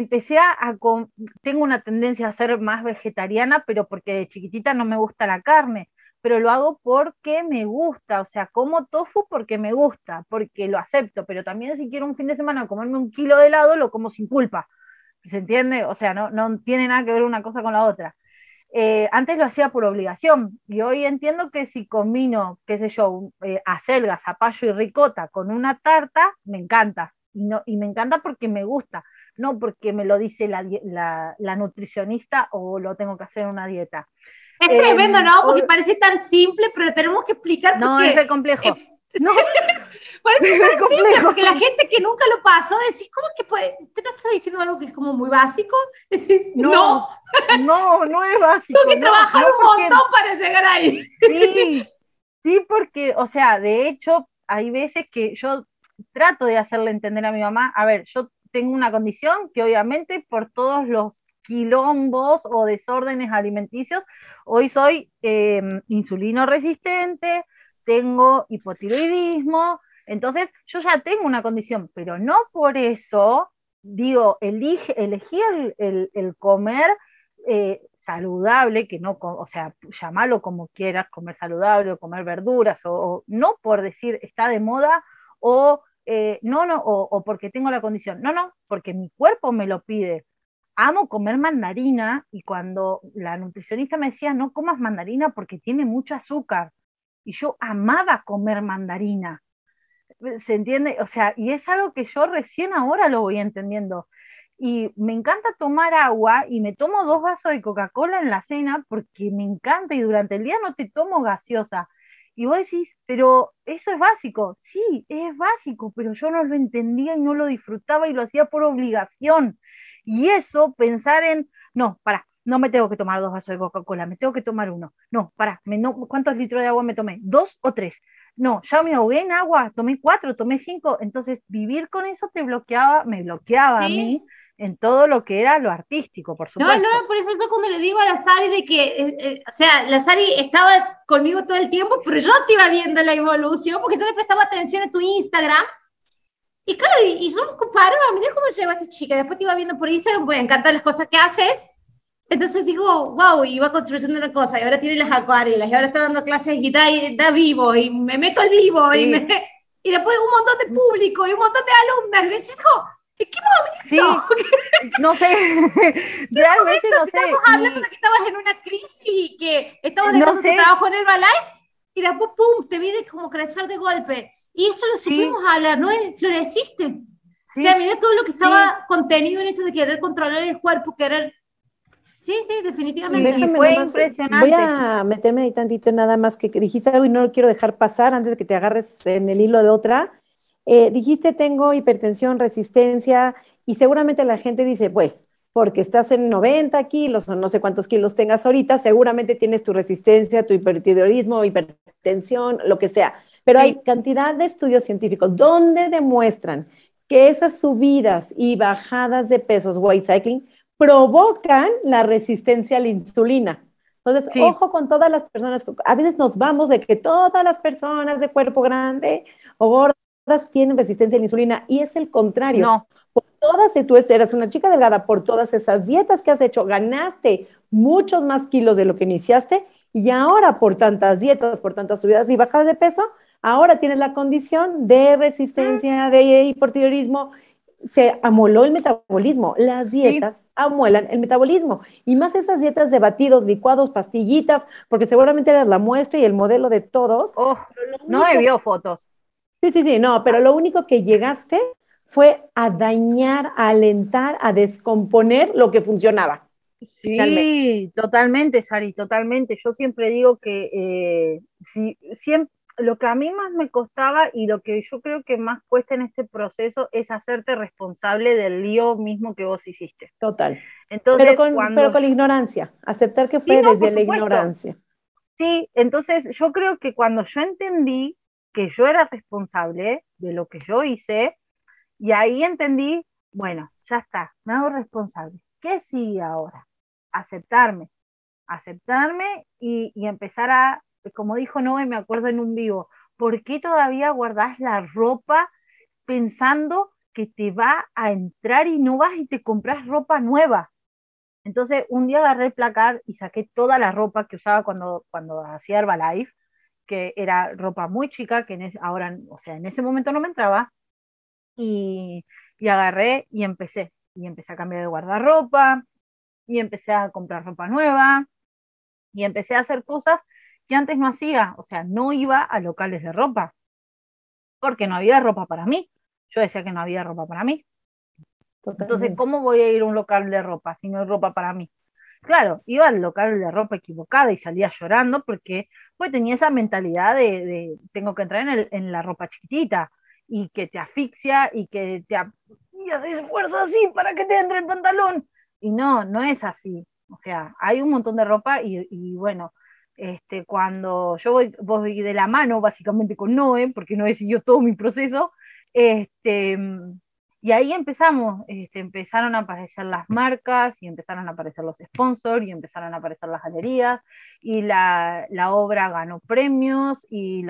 tengo una tendencia a ser más vegetariana, pero porque de chiquitita no me gusta la carne, pero lo hago porque me gusta, o sea, como tofu porque me gusta, porque lo acepto, pero también si quiero un fin de semana comerme 1 kilo de helado, lo como sin culpa, ¿se entiende? O sea, no tiene nada que ver una cosa con la otra. Antes lo hacía por obligación y hoy entiendo que si combino, qué sé yo, acelga, zapallo y ricota con una tarta, me encanta. Y me encanta porque me gusta, no porque me lo dice la nutricionista o lo tengo que hacer en una dieta. Es tremendo, ¿no? Porque parece tan simple, pero tenemos que explicar por qué. No, es re complejo. No, parece tan simple, porque la gente que nunca lo pasó, decís, ¿cómo que puede? ¿Usted no está diciendo algo que es como muy básico? Decís, no es básico. Tengo que trabajar un montón para llegar ahí. Sí, Sí, porque, o sea, de hecho, hay veces que yo trato de hacerle entender a mi mamá, a ver, yo tengo una condición que obviamente por todos los quilombos o desórdenes alimenticios, hoy soy insulino resistente, tengo hipotiroidismo, entonces yo ya tengo una condición, pero no por eso, digo, elegí el comer saludable, que no, o sea, llamalo como quieras, comer saludable o comer verduras, o no por decir está de moda, o o porque tengo la condición, no, porque mi cuerpo me lo pide. Amo comer mandarina y cuando la nutricionista me decía no comas mandarina porque tiene mucho azúcar, y yo amaba comer mandarina, ¿se entiende? O sea, y es algo que yo recién ahora lo voy entendiendo. Y me encanta tomar agua y me tomo 2 vasos de Coca-Cola en la cena porque me encanta y durante el día no te tomo gaseosa. Y vos decís, pero eso es básico. Sí, es básico, pero yo no lo entendía y no lo disfrutaba y lo hacía por obligación. Y eso, pensar en, no, para, no me tengo que tomar 2 vasos de Coca-Cola, me tengo que tomar uno. No, para, no, ¿cuántos litros de agua me tomé? ¿2 o 3? No, ya me ahogué en agua, tomé 4, tomé 5, entonces vivir con eso me bloqueaba a mí Sí. en todo lo que era lo artístico, por No, supuesto. por eso yo cuando le digo a la Sari de que, o sea, la Sari estaba conmigo todo el tiempo, pero yo te iba viendo la evolución, porque yo le prestaba atención a tu Instagram, y claro, y yo me comparaba, mira cómo llegó esta chica, después te iba viendo por Instagram, pues me encantan las cosas que haces, entonces digo, wow, y va construyendo una cosa, y ahora tiene las acuarelas, y ahora está dando clases y da vivo, y me meto al vivo, Sí, y después un montón de público, y un montón de alumnas, y de chico, ¿en qué sí, momento? no sé, realmente no Estamos sé, hablando de que estabas en una crisis y que estabas no dejando tu sé, trabajo en Herbalife y después, pum, te vi como crecer de golpe. Y eso lo sí, supimos hablar, ¿no? Floreciste. O sea, sí, mirá todo lo que sí, estaba contenido en esto de querer controlar el cuerpo, querer... Sí, sí, y definitivamente. Déjame nada fue más, voy impresionante. a meterme ahí tantito nada más que dijiste algo y no lo quiero dejar pasar antes de que te agarres en el hilo de otra. Dijiste tengo hipertensión, resistencia y seguramente la gente dice, pues, porque estás en 90 kilos o no sé cuántos kilos tengas ahorita, seguramente tienes tu resistencia, tu hipertiroidismo, hipertensión, lo que sea. Pero hay Sí, cantidad de estudios científicos donde demuestran que esas subidas y bajadas de pesos, weight cycling, provocan la resistencia a la insulina. Entonces, sí, ojo con todas las personas, a veces nos vamos de que todas las personas de cuerpo grande o gordas tienen resistencia a la insulina y es el contrario. no, Por todas, si tú eras una chica delgada, por todas esas dietas que has hecho, ganaste muchos más kilos de lo que iniciaste y ahora por tantas dietas, por tantas subidas y bajadas de peso, ahora tienes la condición de mm, resistencia, de hipotiroidismo, se amoló el metabolismo. Las sí, dietas amuelan el metabolismo. Y más esas dietas de batidos, licuados, pastillitas, porque seguramente eras la muestra y el modelo de todos. oh, Pero lo no me único, vio fotos. sí, sí, sí, no, pero lo único que llegaste fue a dañar, a alentar, a descomponer lo que funcionaba, finalmente. Sí, totalmente, Sari, totalmente. Yo siempre digo que siempre, lo que a mí más me costaba y lo que yo creo que más cuesta en este proceso es hacerte responsable del lío mismo que vos hiciste. Total. Entonces, Pero cuando... con la ignorancia, aceptar que Sí, fue no, desde por la supuesto. ignorancia. Sí, entonces yo creo que cuando yo entendí que yo era responsable de lo que yo hice, y ahí entendí, bueno, ya está, me hago responsable. ¿Qué sigue ahora? Aceptarme, aceptarme y empezar a, como dijo Noé, me acuerdo en un vivo, ¿por qué todavía guardás la ropa pensando que te va a entrar y no vas y te compras ropa nueva? Entonces un día agarré el placar y saqué toda la ropa que usaba cuando hacía Herbalife, que era ropa muy chica, que ahora, o sea, en ese momento no me entraba, y, y agarré y empecé a cambiar de guardarropa, y empecé a comprar ropa nueva, y empecé a hacer cosas que antes no hacía, o sea, no iba a locales de ropa, porque no había ropa para mí. Yo decía que no había ropa para mí. Entonces, Totalmente. ¿cómo voy a ir a un local de ropa si no hay ropa para mí? Claro, iba al local de ropa equivocada y salía llorando porque pues tenía esa mentalidad de tengo que entrar en la ropa chiquitita y que te asfixia y haces fuerza así para que te entre el pantalón. Y no, no es así. O sea, hay un montón de ropa y bueno, Cuando voy de la mano básicamente con Noé, porque Noé siguió todo mi proceso, este, y ahí empezamos, empezaron a aparecer las marcas, y empezaron a aparecer los sponsors, y empezaron a aparecer las galerías, y la obra ganó premios, y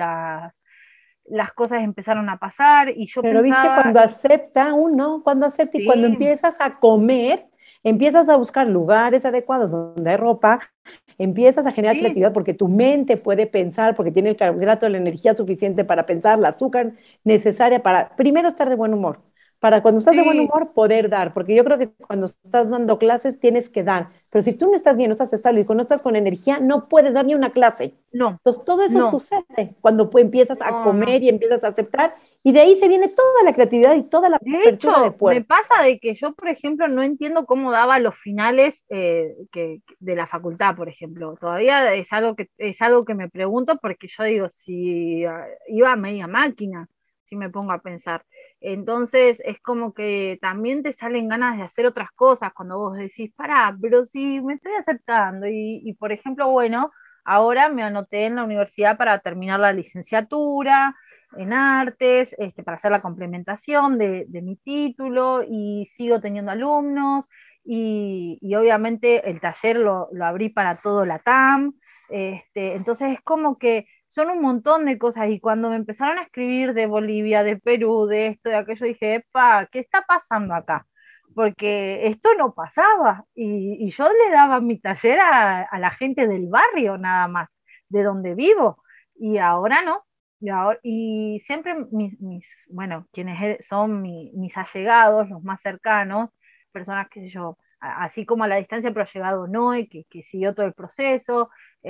las cosas empezaron a pasar, y yo Pero viste, pensaba, cuando acepta uno, cuando acepta y cuando sí, empiezas a comer, empiezas a buscar lugares adecuados donde hay ropa, empiezas a generar sí, creatividad porque tu mente puede pensar, porque tiene el carbohidrato, la energía suficiente para pensar, el azúcar necesaria para, primero, estar de buen humor, para cuando estás de buen sí, humor poder dar, porque yo creo que cuando estás dando clases tienes que dar, pero si tú no estás bien, no estás estable y no estás con energía, no puedes dar ni una clase. no, Entonces, todo eso no, sucede cuando empiezas a no, no. comer y empiezas a aceptar y de ahí se viene toda la creatividad y toda la De apertura de hecho, me puertas. pasa de que yo, por ejemplo, no entiendo cómo daba los finales de la facultad, por ejemplo. Todavía es algo que me pregunto porque yo digo, si iba a media máquina, si me pongo a pensar. Entonces, es como que también te salen ganas de hacer otras cosas cuando vos decís, pará, pero si me estoy aceptando. Por ejemplo, bueno, ahora me anoté en la universidad para terminar la licenciatura en artes, para hacer la complementación de mi título, y sigo teniendo alumnos, y obviamente el taller lo abrí para todo la TAM, entonces es como que son un montón de cosas, y cuando me empezaron a escribir de Bolivia, de Perú, de esto, de aquello, dije, epa, ¿qué está pasando acá? Porque esto no pasaba, y yo le daba mi taller a la gente del barrio nada más, de donde vivo, y ahora no. Y siempre bueno, quienes son mis allegados, los más cercanos, personas que yo, así como a la distancia, pero ha llegado Noé, que siguió todo el proceso,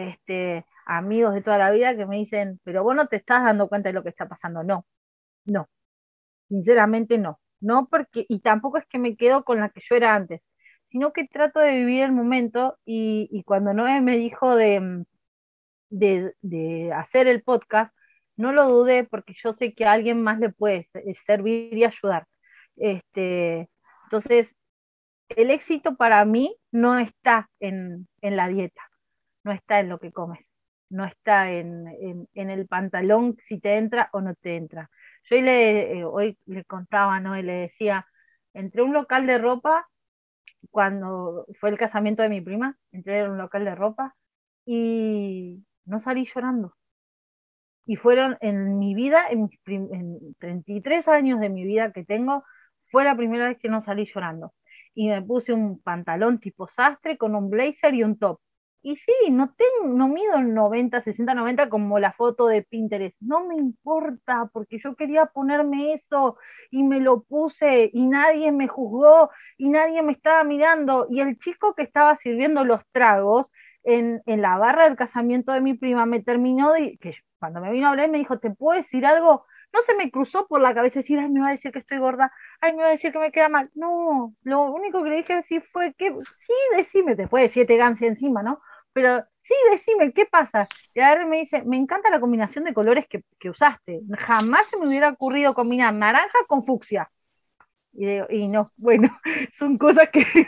amigos de toda la vida que me dicen, pero vos no te estás dando cuenta de lo que está pasando. No, no, sinceramente no. No porque, y tampoco es que me quedo con la que yo era antes, sino que trato de vivir el momento, y cuando Noé me dijo de hacer el podcast, no lo dudé porque yo sé que a alguien más le puede servir y ayudar. Este, entonces, el éxito para mí no está en la dieta, no está en lo que comes, no está en el pantalón si te entra o no te entra. Yo hoy le contaba, ¿no? Y le decía, entré a un local de ropa cuando fue el casamiento de mi prima, entré a un local de ropa y no salí llorando. Y fueron en mi vida, en 33 años de mi vida que tengo, fue la primera vez que no salí llorando. Y me puse un pantalón tipo sastre con un blazer y un top. Y sí, no mido el 90, 60, 90 como la foto de Pinterest. No me importa, porque yo quería ponerme eso y me lo puse y nadie me juzgó y nadie me estaba mirando. Y el chico que estaba sirviendo los tragos en la barra del casamiento de mi prima me terminó que cuando me vino a hablar me dijo, ¿te puedo decir algo? No se me cruzó por la cabeza decir, ay, me va a decir que estoy gorda, ay, me va a decir que me queda mal. No, lo único que le dije sí fue que, sí, decime, después de 7 gancias encima, ¿no? Pero sí, decime, ¿qué pasa? Y a ver, me dice, me encanta la combinación de colores que usaste. Jamás se me hubiera ocurrido combinar naranja con fucsia. Y no, bueno, son cosas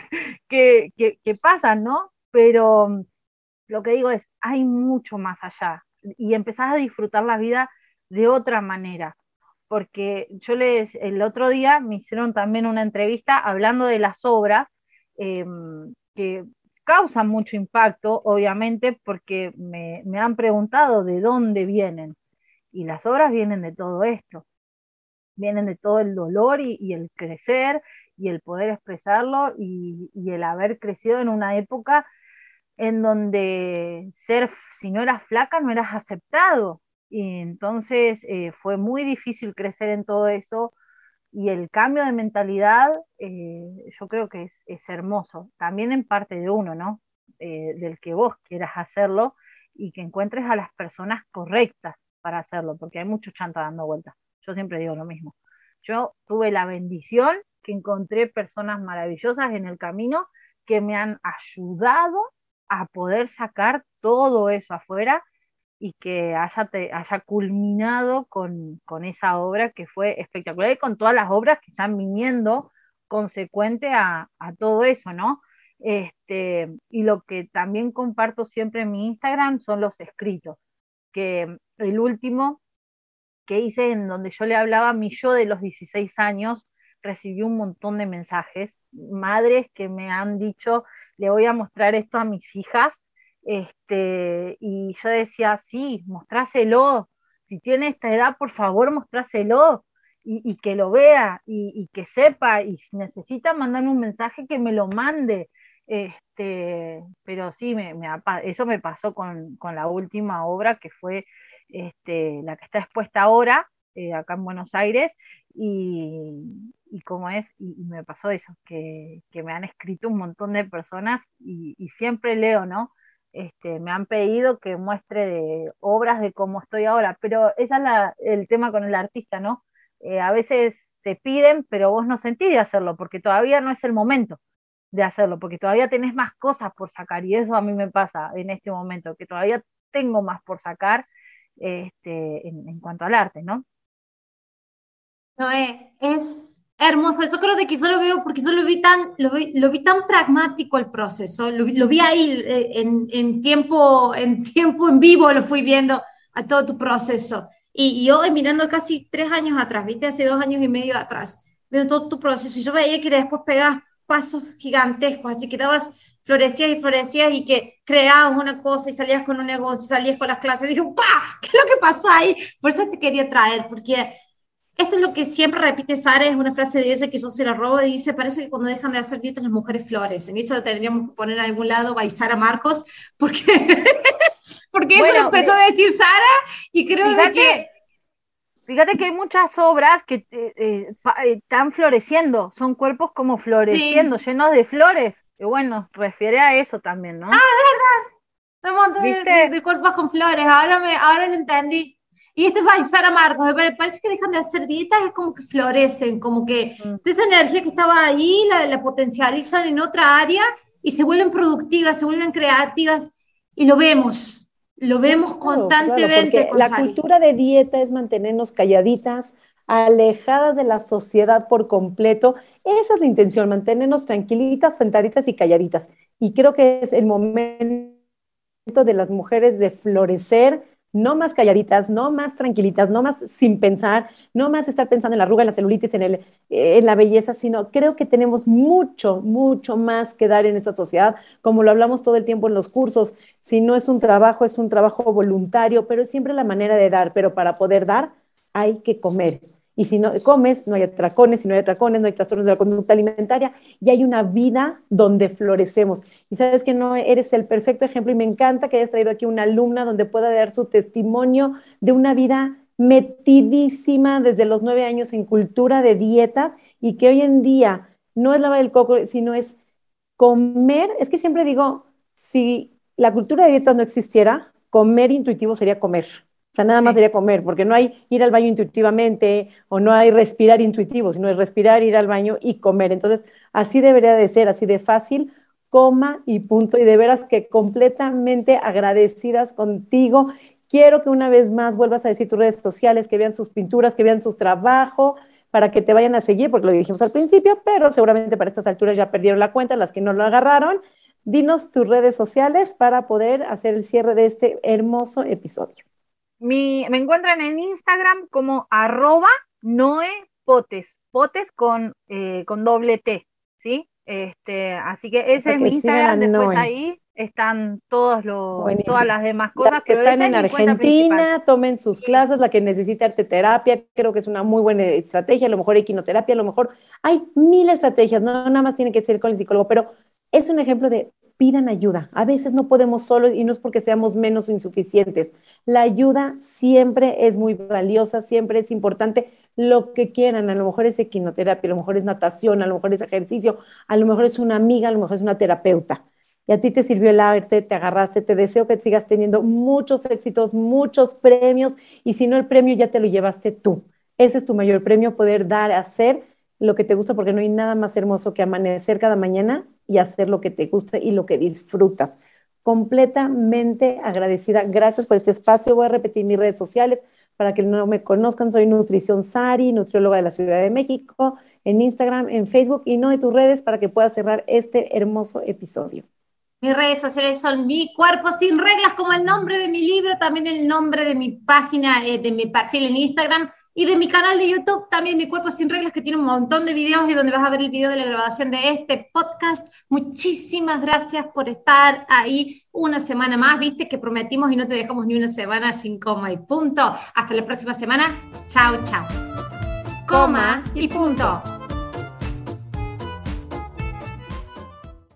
que pasan, ¿no? Pero lo que digo es, hay mucho más allá, y empezás a disfrutar la vida de otra manera. Porque el otro día me hicieron también una entrevista hablando de las obras, eh, que causan mucho impacto, obviamente, porque me han preguntado de dónde vienen. Y las obras vienen de todo esto, vienen de todo el dolor, y el crecer y el poder expresarlo, y el haber crecido en una época en donde si no eras flaca no eras aceptado. Y entonces fue muy difícil crecer en todo eso, y el cambio de mentalidad, yo creo que es hermoso, también en parte de uno, ¿no? Del que vos quieras hacerlo, y que encuentres a las personas correctas para hacerlo, porque hay mucho chanta dando vueltas. Yo siempre digo lo mismo. Yo tuve la bendición que encontré personas maravillosas en el camino que me han ayudado a poder sacar todo eso afuera, y que haya culminado con esa obra que fue espectacular, y con todas las obras que están viniendo consecuente a todo eso, ¿no? Y lo que también comparto siempre en mi Instagram son los escritos, que el último que hice en donde yo le hablaba a mi yo de los 16 años, recibí un montón de mensajes, madres que me han dicho, le voy a mostrar esto a mis hijas, y yo decía, sí, mostráselo, si tiene esta edad, por favor, mostráselo, y que lo vea, y que sepa, y si necesita mandarme un mensaje, que me lo mande. Pero sí, eso me pasó con la última obra, que fue la que está expuesta ahora, acá en Buenos Aires, y cómo es, y me pasó eso, que me han escrito un montón de personas, y siempre leo, ¿no? Me han pedido que muestre de obras de cómo estoy ahora, pero ese es el tema con el artista, ¿no? A veces te piden, pero vos no sentís de hacerlo, porque todavía no es el momento de hacerlo, porque todavía tenés más cosas por sacar, y eso a mí me pasa en este momento, que todavía tengo más por sacar, en cuanto al arte, ¿no? No, es hermoso. Yo creo de que yo lo veo porque yo lo vi tan pragmático el proceso. Lo vi ahí en tiempo en vivo, lo fui viendo a todo tu proceso. Y hoy mirando casi 3 años atrás, viste, hace 2 años y medio atrás, viendo todo tu proceso. Y yo veía que después pegabas pasos gigantescos, así que dabas florecías y florecías y que creabas una cosa y salías con un negocio, salías con las clases. Y dije, ¡pah! ¿Qué es lo que pasó ahí? Por eso te quería traer, porque esto es lo que siempre repite Sara, es una frase de ella que yo se la robo y dice, parece que cuando dejan de hacer dietas las mujeres florecen. Y eso lo tendríamos que poner en algún lado, by Sara Marcos, porque, porque eso lo empezó a decir Sara y creo que... Fíjate que hay muchas obras que están floreciendo, son cuerpos como floreciendo, Sí. llenos de flores. Y bueno, refiere a eso también, ¿no? Un montón ¿Viste? de cuerpos con flores, ahora lo entendí. Y este es by Sara Marcos, me parece que dejan de hacer dietas, es como que florecen, como que Mm. esa energía que estaba ahí la potencializan en otra área y se vuelven productivas, se vuelven creativas y lo vemos Claro, claro, constantemente porque con la Saris. cultura de dieta es mantenernos calladitas, alejadas de la sociedad por completo. Esa es la intención, mantenernos tranquilitas, sentaditas y calladitas. Y creo que es el momento de las mujeres de florecer, no más calladitas, no más tranquilitas, no más sin pensar, no más estar pensando en la arruga, en la celulitis, en la belleza, sino creo que tenemos mucho, mucho más que dar en esta sociedad, como lo hablamos todo el tiempo en los cursos. Si no es un trabajo voluntario, pero es siempre la manera de dar, pero para poder dar hay que comer. Y si no comes, no hay atracones, si no hay atracones, no hay trastornos de la conducta alimentaria, y hay una vida donde florecemos. Y sabes que no eres el perfecto ejemplo, y me encanta que hayas traído aquí una alumna donde pueda dar su testimonio de una vida metidísima desde los 9 años en cultura de dietas, y que hoy en día no es lavar el coco, sino es comer. Es que siempre digo, si la cultura de dietas no existiera, comer intuitivo sería comer. O sea, nada más Sí. sería comer, porque no hay ir al baño intuitivamente o no hay respirar intuitivo, sino es respirar, ir al baño y comer. Entonces, así debería de ser, así de fácil, coma y punto. Y de veras que completamente agradecidas contigo. Quiero que una vez más vuelvas a decir tus redes sociales, que vean sus pinturas, que vean sus trabajos, para que te vayan a seguir, porque lo dijimos al principio, pero seguramente para estas alturas ya perdieron la cuenta, las que no lo agarraron. Dinos tus redes sociales para poder hacer el cierre de este hermoso episodio. Me encuentran en Instagram como @noepotes, potes con doble T, ¿sí? Así que ese Para es que mi sigan a Instagram, después Noé. ahí están todas Buenísimo. las demás cosas, Las que pero están esa es en mi cuenta principal. Argentina, tomen sus Sí. clases, la que necesita arte terapia, creo que es una muy buena estrategia, a lo mejor equinoterapia, a lo mejor hay mil estrategias, no nada más tiene que ser con el psicólogo, pero es un ejemplo de pidan ayuda. A veces no podemos solos y no es porque seamos menos o insuficientes. La ayuda siempre es muy valiosa, siempre es importante, lo que quieran, a lo mejor es equinoterapia, a lo mejor es natación, a lo mejor es ejercicio, a lo mejor es una amiga, a lo mejor es una terapeuta, y a ti te sirvió el arte, te agarraste, te deseo que sigas teniendo muchos éxitos, muchos premios, y si no el premio ya te lo llevaste tú. Ese es tu mayor premio, poder dar, hacer lo que te gusta, porque no hay nada más hermoso que amanecer cada mañana y hacer lo que te gusta y lo que disfrutas. Completamente agradecida. Gracias por este espacio. Voy a repetir mis redes sociales Para que no me conozcan, soy Nutrición Sari, nutrióloga de la Ciudad de México, en Instagram, en Facebook y no de tus redes para que puedas cerrar este hermoso episodio. Mis redes sociales son Mi Cuerpo Sin Reglas, como el nombre de mi libro, también el nombre de mi página, de mi perfil en Instagram y de mi canal de YouTube, también Mi Cuerpo Sin Reglas, que tiene un montón de videos y donde vas a ver el video de la grabación de este podcast. Muchísimas gracias por estar ahí una semana más, viste que prometimos y no te dejamos ni una semana sin coma y punto. Hasta la próxima semana. Chao, chao. Coma y punto.